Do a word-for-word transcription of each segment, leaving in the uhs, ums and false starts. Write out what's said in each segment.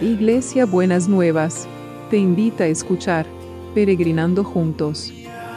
Iglesia Buenas Nuevas te invita a escuchar Peregrinando Juntos.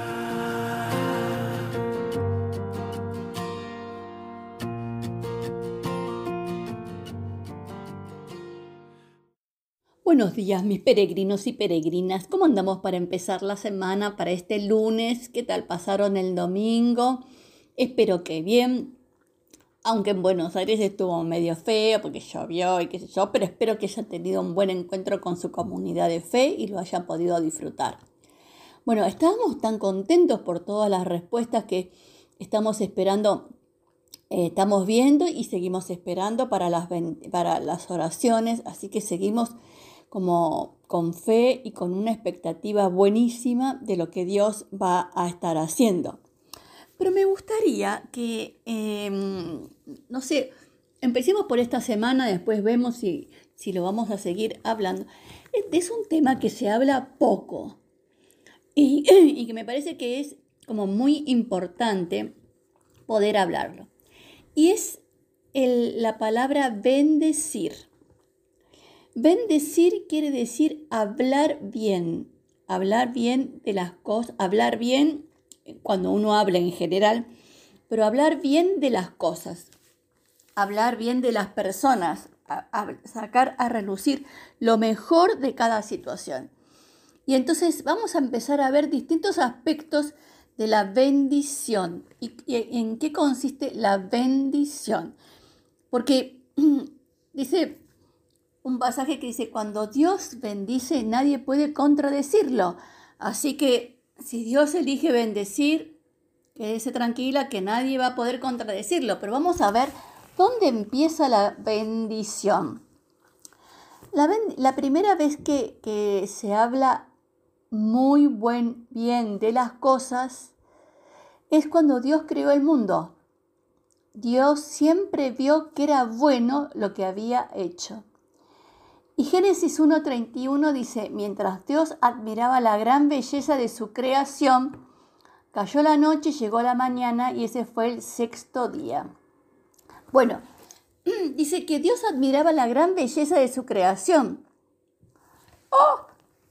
Buenos días, mis peregrinos y peregrinas. ¿Cómo andamos para empezar la semana, para este lunes? ¿Qué tal pasaron el domingo? Espero que bien. Aunque en Buenos Aires estuvo medio feo porque llovió y qué sé yo, pero espero que hayan tenido un buen encuentro con su comunidad de fe y lo hayan podido disfrutar. Bueno, estábamos tan contentos por todas las respuestas que estamos esperando, eh, estamos viendo y seguimos esperando para las, para las oraciones, así que seguimos como con fe y con una expectativa buenísima de lo que Dios va a estar haciendo. Pero me gustaría que, eh, no sé, empecemos por esta semana, después vemos si, si lo vamos a seguir hablando. Es un tema que se habla poco y, y que me parece que es como muy importante poder hablarlo. Y es el, la palabra bendecir. Bendecir quiere decir hablar bien, hablar bien de las cosas, hablar bien cuando uno habla en general, pero hablar bien de las cosas, hablar bien de las personas, a, a sacar a relucir lo mejor de cada situación. Y entonces vamos a empezar a ver distintos aspectos de la bendición. ¿Y, y en qué consiste la bendición? Porque dice un pasaje que dice, cuando Dios bendice, nadie puede contradecirlo. Así que si Dios elige bendecir, quédese tranquila que nadie va a poder contradecirlo. Pero vamos a ver dónde empieza la bendición. La, ben- la primera vez que, que se habla muy buen, bien de las cosas es cuando Dios creó el mundo. Dios siempre vio que era bueno lo que había hecho. Y Génesis uno treinta y uno dice, mientras Dios admiraba la gran belleza de su creación, cayó la noche, llegó la mañana y ese fue el sexto día. Bueno, dice que Dios admiraba la gran belleza de su creación. ¡Oh!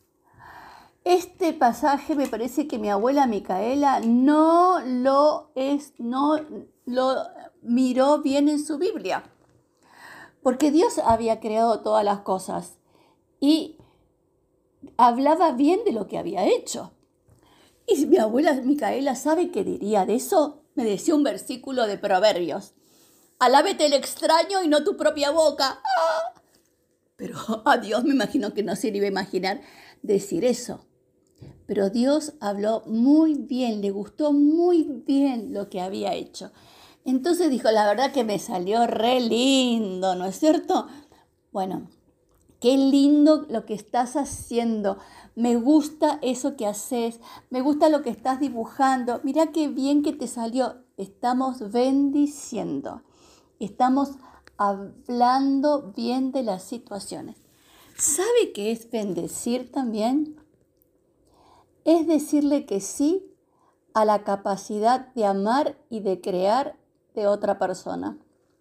Este pasaje me parece que mi abuela Micaela no lo, es, no lo miró bien en su Biblia. Porque Dios había creado todas las cosas y hablaba bien de lo que había hecho. Y si mi abuela Micaela sabe qué diría de eso, me decía un versículo de Proverbios. Alábete el extraño y no tu propia boca. ¡Ah! Pero a Dios me imagino que no se le iba a imaginar decir eso. Pero Dios habló muy bien, le gustó muy bien lo que había hecho. Entonces dijo, la verdad que me salió re lindo, ¿no es cierto? Bueno, qué lindo lo que estás haciendo. Me gusta eso que haces. Me gusta lo que estás dibujando. Mira qué bien que te salió. Estamos bendiciendo. Estamos hablando bien de las situaciones. ¿Sabe qué es bendecir también? Es decirle que sí a la capacidad de amar y de crear de otra persona.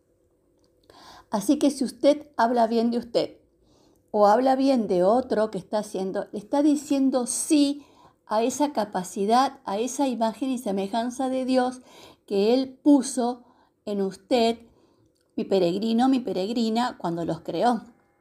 Así que si usted habla bien de usted o habla bien de otro que está haciendo, le está diciendo sí a esa capacidad, a esa imagen y semejanza de Dios que Él puso en usted, mi peregrino, mi peregrina, cuando los creó.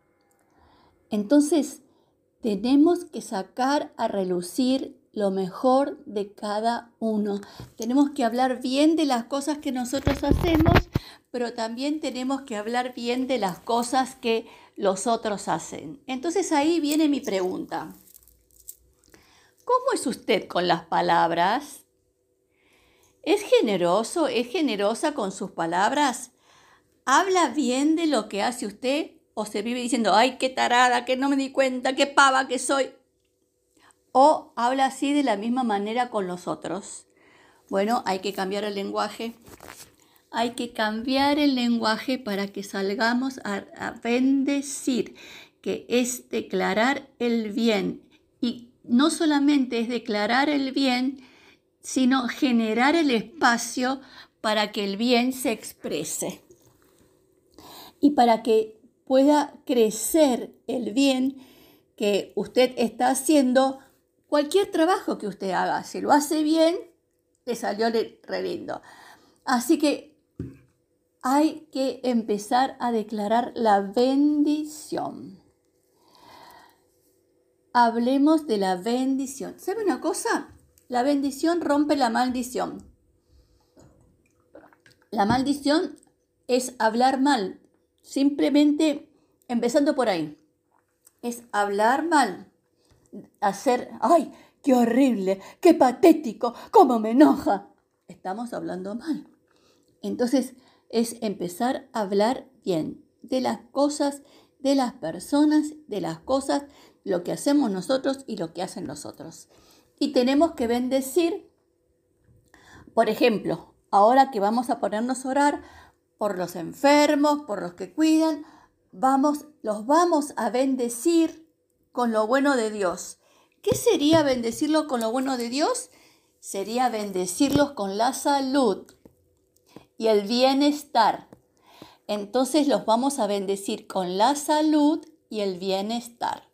Entonces, tenemos que sacar a relucir lo mejor de cada uno. Tenemos que hablar bien de las cosas que nosotros hacemos, pero también tenemos que hablar bien de las cosas que los otros hacen. Entonces ahí viene mi pregunta. ¿Cómo es usted con las palabras? ¿Es generoso? ¿Es generosa con sus palabras? ¿Habla bien de lo que hace usted? ¿O se vive diciendo, ay, qué tarada, que no me di cuenta, qué pava que soy? ¿O habla así de la misma manera con los otros? Bueno, hay que cambiar el lenguaje. Hay que cambiar el lenguaje para que salgamos a, a bendecir, que es declarar el bien. Y no solamente es declarar el bien, sino generar el espacio para que el bien se exprese. Y para que pueda crecer el bien que usted está haciendo, cualquier trabajo que usted haga. Si lo hace bien, le salió re lindo. Así que hay que empezar a declarar la bendición. Hablemos de la bendición. ¿Sabe una cosa? La bendición rompe la maldición. La maldición es hablar mal. Simplemente, empezando por ahí, es hablar mal. Hacer, ¡ay, qué horrible! ¡Qué patético! ¡Cómo me enoja! Estamos hablando mal. Entonces, es empezar a hablar bien de las cosas, de las personas, de las cosas, lo que hacemos nosotros y lo que hacen los otros. Y tenemos que bendecir, por ejemplo, ahora que vamos a ponernos a orar por los enfermos, por los que cuidan, vamos, los vamos a bendecir con lo bueno de Dios. ¿Qué sería bendecirlo con lo bueno de Dios? Sería bendecirlos con la salud y el bienestar. Entonces los vamos a bendecir con la salud y el bienestar.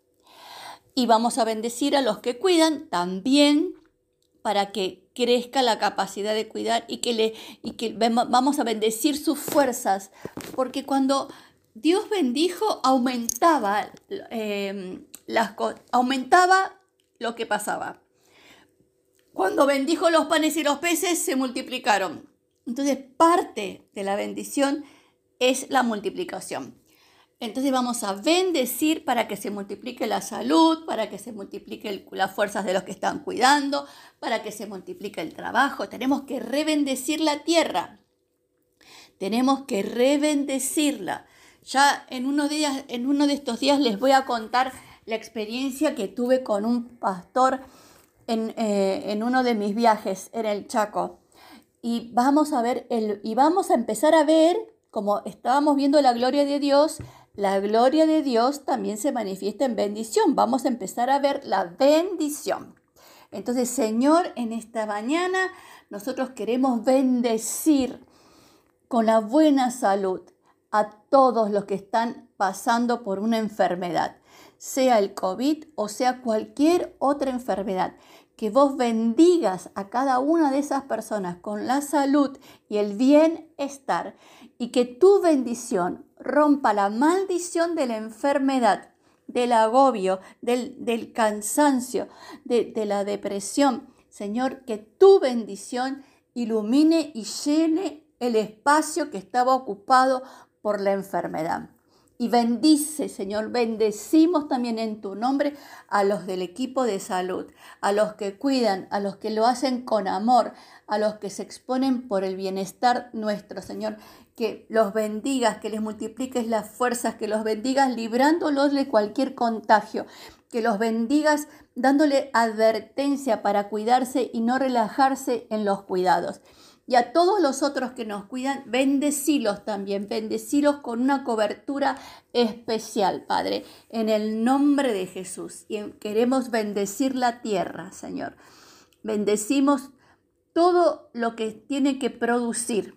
Y vamos a bendecir a los que cuidan también para que crezca la capacidad de cuidar y que, le, y que vamos a bendecir sus fuerzas. Porque cuando Dios bendijo, aumentaba, eh, las, aumentaba lo que pasaba. Cuando bendijo los panes y los peces, se multiplicaron. Entonces, parte de la bendición es la multiplicación. Entonces vamos a bendecir para que se multiplique la salud, para que se multiplique el, las fuerzas de los que están cuidando, para que se multiplique el trabajo. Tenemos que rebendecir la tierra. Tenemos que rebendecirla. Ya en uno, de días, en uno de estos días les voy a contar la experiencia que tuve con un pastor en, eh, en uno de mis viajes en el Chaco. Y vamos a ver el, y vamos a empezar a ver, como estábamos viendo la gloria de Dios, la gloria de Dios también se manifiesta en bendición. Vamos a empezar a ver la bendición. Entonces, Señor, en esta mañana nosotros queremos bendecir con la buena salud a todos los que están pasando por una enfermedad, sea el COVID o sea cualquier otra enfermedad. Que vos bendigas a cada una de esas personas con la salud y el bienestar y que tu bendición rompa la maldición de la enfermedad, del agobio, del, del cansancio, de, de la depresión. Señor, que tu bendición ilumine y llene el espacio que estaba ocupado por la enfermedad. Y bendice, Señor, bendecimos también en tu nombre a los del equipo de salud, a los que cuidan, a los que lo hacen con amor, a los que se exponen por el bienestar nuestro, Señor. Que los bendigas, que les multipliques las fuerzas, que los bendigas librándolos de cualquier contagio, que los bendigas dándole advertencia para cuidarse y no relajarse en los cuidados. Y a todos los otros que nos cuidan, bendecilos también, bendecilos con una cobertura especial, Padre, en el nombre de Jesús. Y queremos bendecir la tierra, Señor. Bendecimos todo lo que tiene que producir,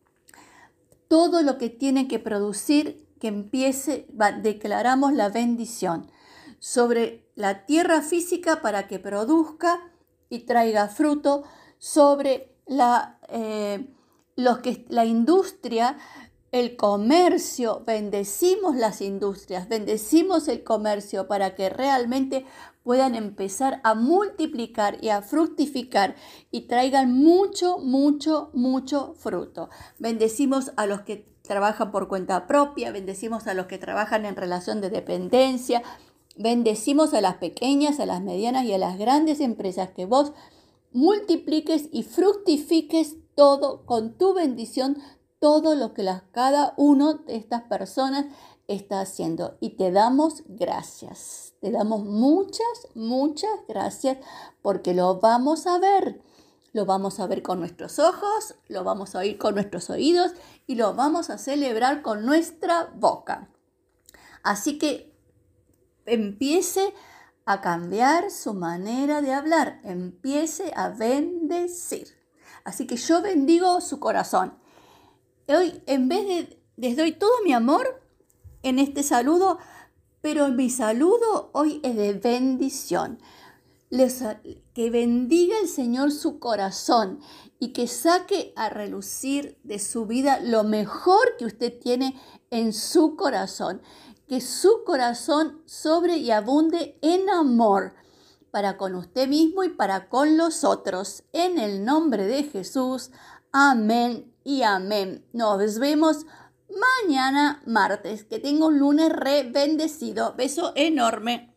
todo lo que tiene que producir, que empiece, declaramos la bendición sobre la tierra física para que produzca y traiga fruto, sobre La, eh, los que, la industria, el comercio, bendecimos las industrias, bendecimos el comercio para que realmente puedan empezar a multiplicar y a fructificar y traigan mucho, mucho, mucho fruto. Bendecimos a los que trabajan por cuenta propia, bendecimos a los que trabajan en relación de dependencia, bendecimos a las pequeñas, a las medianas y a las grandes empresas que vos multipliques y fructifiques todo con tu bendición, todo lo que las, cada uno de estas personas está haciendo. Y te damos gracias, te damos muchas, muchas gracias porque lo vamos a ver. Lo vamos a ver con nuestros ojos, lo vamos a oír con nuestros oídos y lo vamos a celebrar con nuestra boca. Así que empiece a cambiar su manera de hablar, empiece a bendecir. Así que yo bendigo su corazón. Hoy, en vez de, les doy todo mi amor en este saludo, pero mi saludo hoy es de bendición. Les, que bendiga el Señor su corazón y que saque a relucir de su vida lo mejor que usted tiene en su corazón. Que su corazón sobre y abunde en amor para con usted mismo y para con los otros. En el nombre de Jesús, amén y amén. Nos vemos mañana martes. Que tenga un lunes re bendecido. Beso enorme.